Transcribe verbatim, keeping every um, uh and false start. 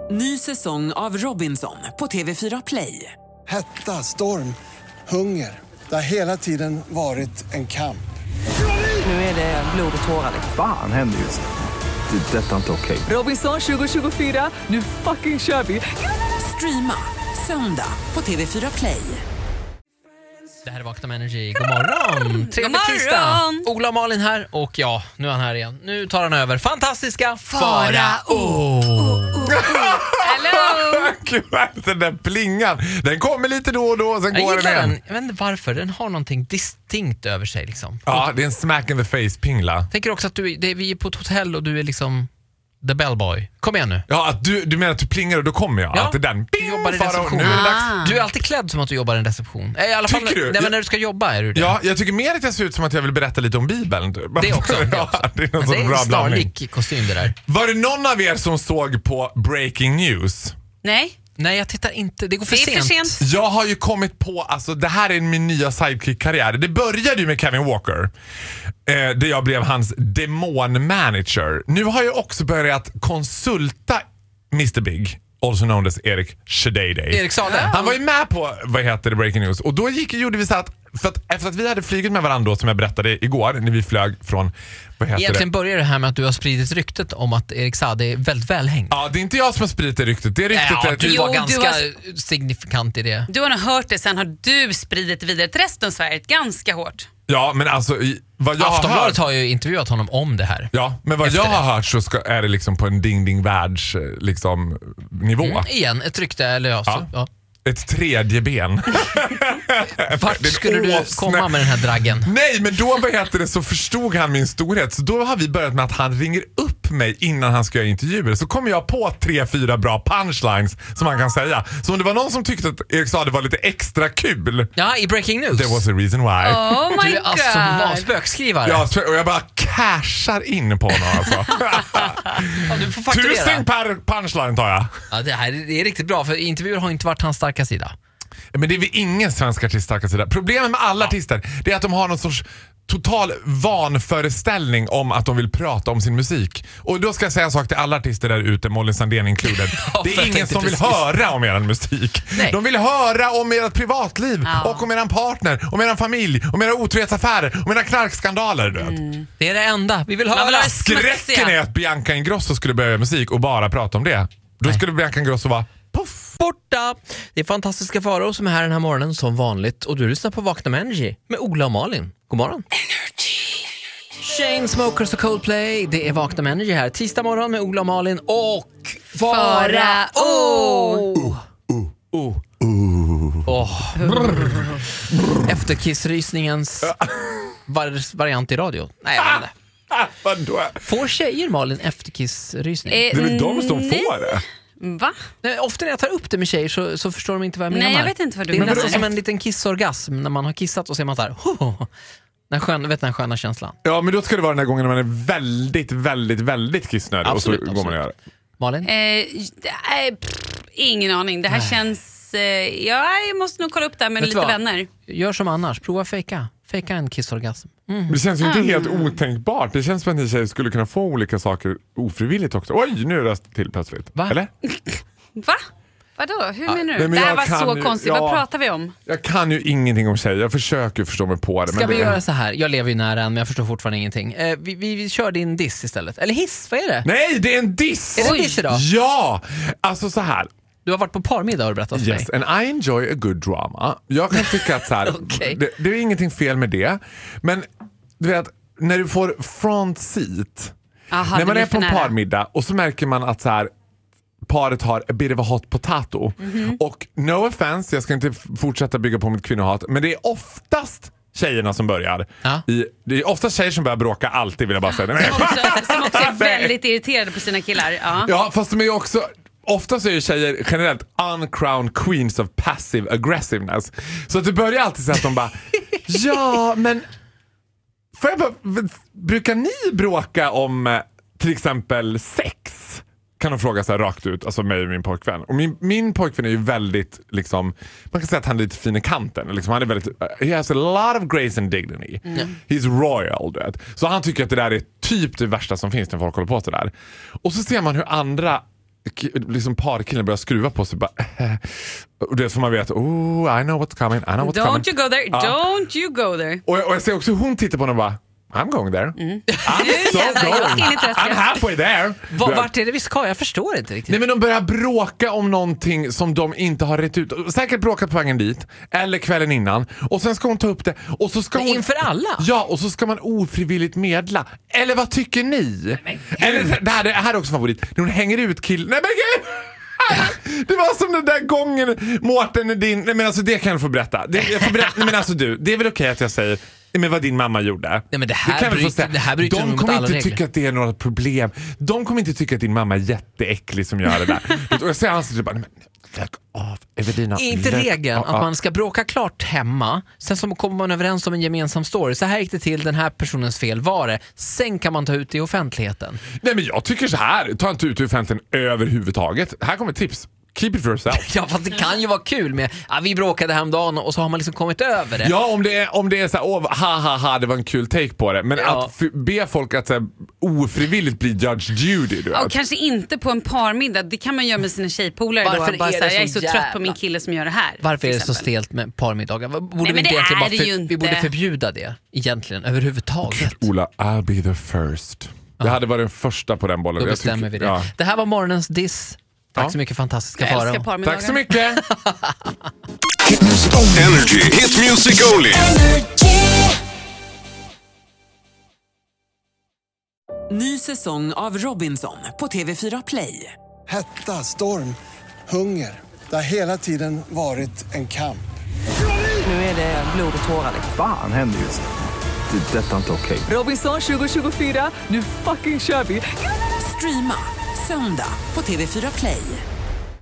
Ny säsong av Robinson på T V fyra Play. Hetta, storm, hunger. Det har hela tiden varit en kamp. Nu är det blod och tårar. Fan händer just det. Det är detta inte okej. Robinson tjugo tjugofyra, nu fucking kör vi. Streama söndag på T V fyra Play. Det här är Vakna med Energy. God morgon. Trevlig tisdag. Ola och Malin här. Och ja, nu är han här igen. Nu tar han över. Fantastiska Farao. Hello. Den där plingan. Den kommer lite då och då och sen jag går den igen. Den. Jag vet inte varför. Den har någonting distinkt över sig liksom. Ja, det är en smack in the face pingla. Tänker också att du, det är, vi är på ett hotell och du är liksom the bellboy. Kom igen nu. Ja, att du, du menar att du plingar och då kommer jag. Ja, att det är den. du jobbar i reception. Nu är det dags. Du är alltid klädd som att du jobbar i en reception. I alla fall, Tycker du? Nej, men när du ska jobba är du det. Ja, jag tycker mer att jag ser ut som att jag vill berätta lite om Bibeln. Typ. Det också. Det, ja, också. det är, men det är en snarlik kostym det där. Var det någon av er som såg på Breaking News? Nej. Nej, jag tittar inte. Det går för, det är sent. för sent. Jag har ju kommit på, alltså det här är min nya sidekick-karriär. Det började ju med Kevin Walker. Eh, där jag blev hans demon-manager. Nu har jag också börjat konsulta mister Big, also known as Erik Shadayday. Erik Sade. Han var ju med på, vad heter det, Breaking News. Och då gick, gjorde vi så att, för att efter att vi hade flugit med varandra då, som jag berättade igår, när vi flög från, vad heter Egentligen det? börjar det här med att du har spridit ryktet om att Erik Sade är väldigt välhängd. Ja, det är inte jag som har spridit det ryktet. Det är ryktet ja, att du Jo, var du ganska har- signifikant i det. Du har nog hört det, sen har du spridit det vidare till resten av Sverige ganska hårt. Ja, men alltså i, vad jag har Aftonbladet hört. har ju intervjuat honom om det här. Ja, men vad Efter jag det. har hört så ska, är det liksom på en ding-ding världs liksom, nivå. Mm, igen, ett rykte. Eller ja, Ja. så, ja. Ett tredje ben. Vart Det är skulle du åsne. komma med den här draggen? Nej, men då vad heter det, så förstod han min storhet. Så då har vi börjat med att han ringer upp mig innan han ska göra intervjuer. Så kommer jag på tre, fyra bra punchlines som han kan säga. Så om det var någon som tyckte att Erik Sade var lite extra kul. Ja, i Breaking News. There was a reason why. Oh my Du är alltså god. spökskrivare. Ja, och jag bara cashar in på honom alltså. Ja, du får fakturera. Tusen per punchline tar jag. Ja, det här det är riktigt bra, för intervjuer har inte varit hans starka sida. Men det är väl ingen svensk artist starka sida. Problemet med alla artister, det är att de har någon sorts total vanföreställning om att de vill prata om sin musik. Och då ska jag säga en sak till alla artister där ute, Molly Sandén included. Ja, det för är jag ingen tänkte som vill precis. höra om er musik. Nej. De vill höra om ert privatliv, Ja. och om er partner, om er familj, om era otrohetsaffärer, om era knarkskandaler. Du vet. Mm. Det är det enda vi vill Man höra. vill ha Skräcken är att Bianca Ingrosso skulle börja musik och bara prata om det. Då Nej. skulle Bianca Ingrosso vara puff. Borta! Det är fantastiska Farao som är här den här morgonen som vanligt. Och du lyssnar på Vakna med Energy med Ola och Malin. God morgon! Chainsmokers och Coldplay. Det är Vakna med Energy här. Tisdag morgon med Ola och Malin och Farao. Oh. Oh. Oh. Efterkissrysningens var- variant i radio. Nej, jag vet inte. Ah, vadå? Får tjejer, Malin, efterkissrysning? Eh, Det är väl de som nej. får det? Va? Nej, ofta när jag tar upp det med tjejer så, så förstår de inte vad jag Nej, menar. jag vet inte vad du det är menar. nästan som en liten kissorgasm när man har kissat och ser man så här. Ho, den sköna, vet den sköna känslan. Ja, men då ska det vara den här gången när man är väldigt, väldigt, väldigt kissnödig. Absolut, och så går man och gör. Malin? Eh, eh, pff, ingen aning. Det här känns... Eh, ja, jag måste nog kolla upp det här med Vet du lite vad? vänner. Gör som annars, prova fejka. Fejka en kissorgasm. Mm. Det känns ju inte helt otänkbart. Det känns som att ni tjejer skulle kunna få olika saker ofrivilligt också. Oj, nu är det till plötsligt. Va? Eller? Va? Vadå? Hur menar du? nej, men det här jag var kan så ju- konstigt. ja. Vad pratar vi om? Jag kan ju ingenting om tjejer. Jag försöker förstå mig på det. Ska men vi det... göra så här? Jag lever ju nära en, men jag förstår fortfarande ingenting. Eh, vi, vi, vi kör din diss istället. Eller hiss, vad är det? Nej, det är en diss! Är det en diss idag? Ja! Alltså så här. Du har varit på parmiddag och berättat för Yes, mig. and I enjoy a good drama. Jag kan tycka att så här, Okej. det, det är ingenting fel med det. Men du vet, när du får front seat, Aha, när det man blir är på för en nära. parmiddag och så märker man att så här, paret har a bit of a hot potato. Mhm. Och no offense, jag ska inte f- fortsätta bygga på mitt kvinnohat, men det är oftast tjejerna som börjar. Ja. I, det är oftast tjejer som börjar bråka, alltid vill jag bara säga. Som också, som också är väldigt irriterade på sina killar. Ja. Ja, fast de är ju också... Ofta så är ju tjejer generellt uncrowned queens of passive aggressiveness. Så att det börjar alltid så att de bara ja, men får jag bara, brukar ni bråka om eh, till exempel sex? Kan de fråga så här rakt ut, alltså mig och min pojkvän. Och min, min pojkvän är ju väldigt liksom, man kan säga att han är lite fin i kanten liksom, han är väldigt, uh, he has a lot of grace and dignity. Mm. He's royal, du vet. Så han tycker att det där är typ det värsta som finns när folk håller på så där. Och så ser man hur andra liksom parkillen börjar skruva på sig bara, och det får man veta, oh I know what's coming, I know what's Don't coming. you go there, ja. don't you go there. Och, och jag ser också hon tittar på honom och bara, I'm going there. Mm. I'm so going. I'm halfway there. Va, vart är det vi ska? Jag förstår inte riktigt. Nej, men de börjar bråka om någonting som de inte har rätt ut. Säkert bråkat på vägen dit. Eller kvällen innan. Och sen ska hon ta upp det. Och så ska hon... Inför alla? Ja, och så ska man ofrivilligt medla. Eller vad tycker ni? Eller det här, det här är också favorit. När hon hänger ut killen. Nej men gud! Det var som den där gången Mårten din... Nej men alltså det kan jag få berätta. Det, jag får berätta. Nej men alltså du, det är väl okej att jag säger... Men vad din mamma gjorde. Nej, men det här, det bryter, det här bryter de kommer inte regler. tycka att det är något problem. De kommer inte tycka att din mamma är jätteäcklig som gör det där. Och jag säger ansiktet bara, nej men lägg av, Evelina. Är inte lägg regeln av. att man ska bråka klart hemma, sen så kommer man överens om en gemensam story. Så här gick det till, den här personens fel var det. Sen kan man ta ut det i offentligheten. Nej men jag tycker så här, ta inte ut det i offentligheten överhuvudtaget. Här kommer ett tips. Keep it for yourself. Ja, fast det kan ju vara kul med ja, vi bråkade häromdagen och så har man liksom kommit över det. Ja, om det är, om det är så här, åh, ha ha ha, det var en kul take på det. Men Ja. att f- be folk att så här, ofrivilligt bli Judge Judy, du Ja, och vet. kanske inte på en parmiddag. Det kan man göra med sina tjejpolare då. Varför Bara är så det här, jag är så så trött jävla- på min kille som gör det här. Varför är till det så exempel. stelt med parmiddagar? Borde Nej, vi men inte det egentligen är bara det för, ju vi inte. borde förbjuda det egentligen överhuvudtaget. Ola, I'll be the first. Jag hade varit den första på den bollen. Då Jag bestämmer tycker- vi det. Ja. Det här var morgonens diss. Tack Ja. så mycket, fantastiska Jag älskar Farao. parmiddagar. Tack så mycket. Energy. Hit music only. Ny säsong av Robinson på T V fyra Play. Hetta, storm, hunger. Det har hela tiden varit en kamp. Nu är det blod och tårar. Fan händer just det. Det är detta inte okej. Robinson tjugo tjugofyra, nu fucking kör vi. Streama söndag på T V fyra Play.